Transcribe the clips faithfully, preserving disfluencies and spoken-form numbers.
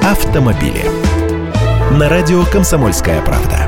автомобили. На радио «Комсомольская правда».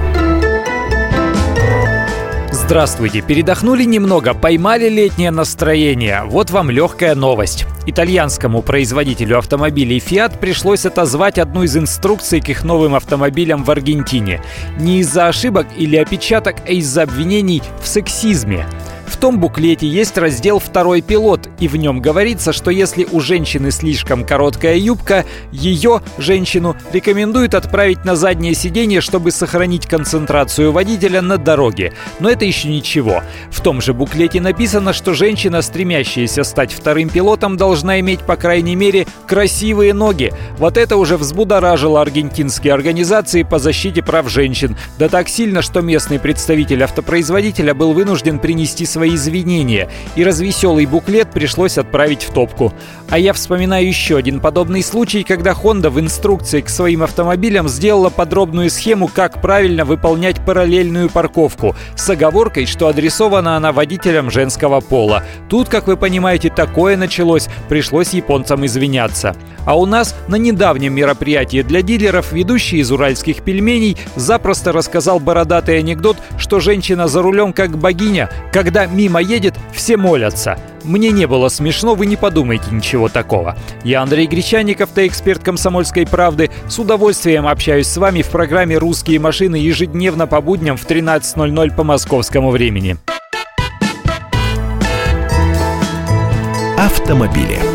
Здравствуйте! Передохнули немного, поймали летнее настроение? Вот вам легкая новость. Итальянскому производителю автомобилей Fiat пришлось отозвать одну из инструкций к их новым автомобилям в Аргентине. Не из-за ошибок или опечаток, а из-за обвинений в сексизме. В том буклете есть раздел «Второй пилот», и в нем говорится, что если у женщины слишком короткая юбка, ее, женщину, рекомендуют отправить на заднее сиденье, чтобы сохранить концентрацию водителя на дороге. Но это еще ничего. В том же буклете написано, что женщина, стремящаяся стать вторым пилотом, должна иметь, по крайней мере, красивые ноги. Вот это уже взбудоражило аргентинские организации по защите прав женщин. Да так сильно, что местный представитель автопроизводителя был вынужден принести свои извинения, и развеселый буклет пришлось отправить в топку. А я вспоминаю еще один подобный случай, когда Honda в инструкции к своим автомобилям сделала подробную схему, как правильно выполнять параллельную парковку, с оговоркой, что адресована она водителям женского пола. Тут, как вы понимаете, такое началось, пришлось японцам извиняться. А у нас на недавнем мероприятии для дилеров ведущий из «Уральских пельменей» запросто рассказал бородатый анекдот, что женщина за рулем как богиня, когда мимо едет, все молятся. Мне не было смешно, вы не подумайте ничего такого. Я Андрей Гречанник, автоэксперт «Комсомольской правды». С удовольствием общаюсь с вами в программе «Русские машины» ежедневно по будням в тринадцать ноль ноль по московскому времени. Автомобили.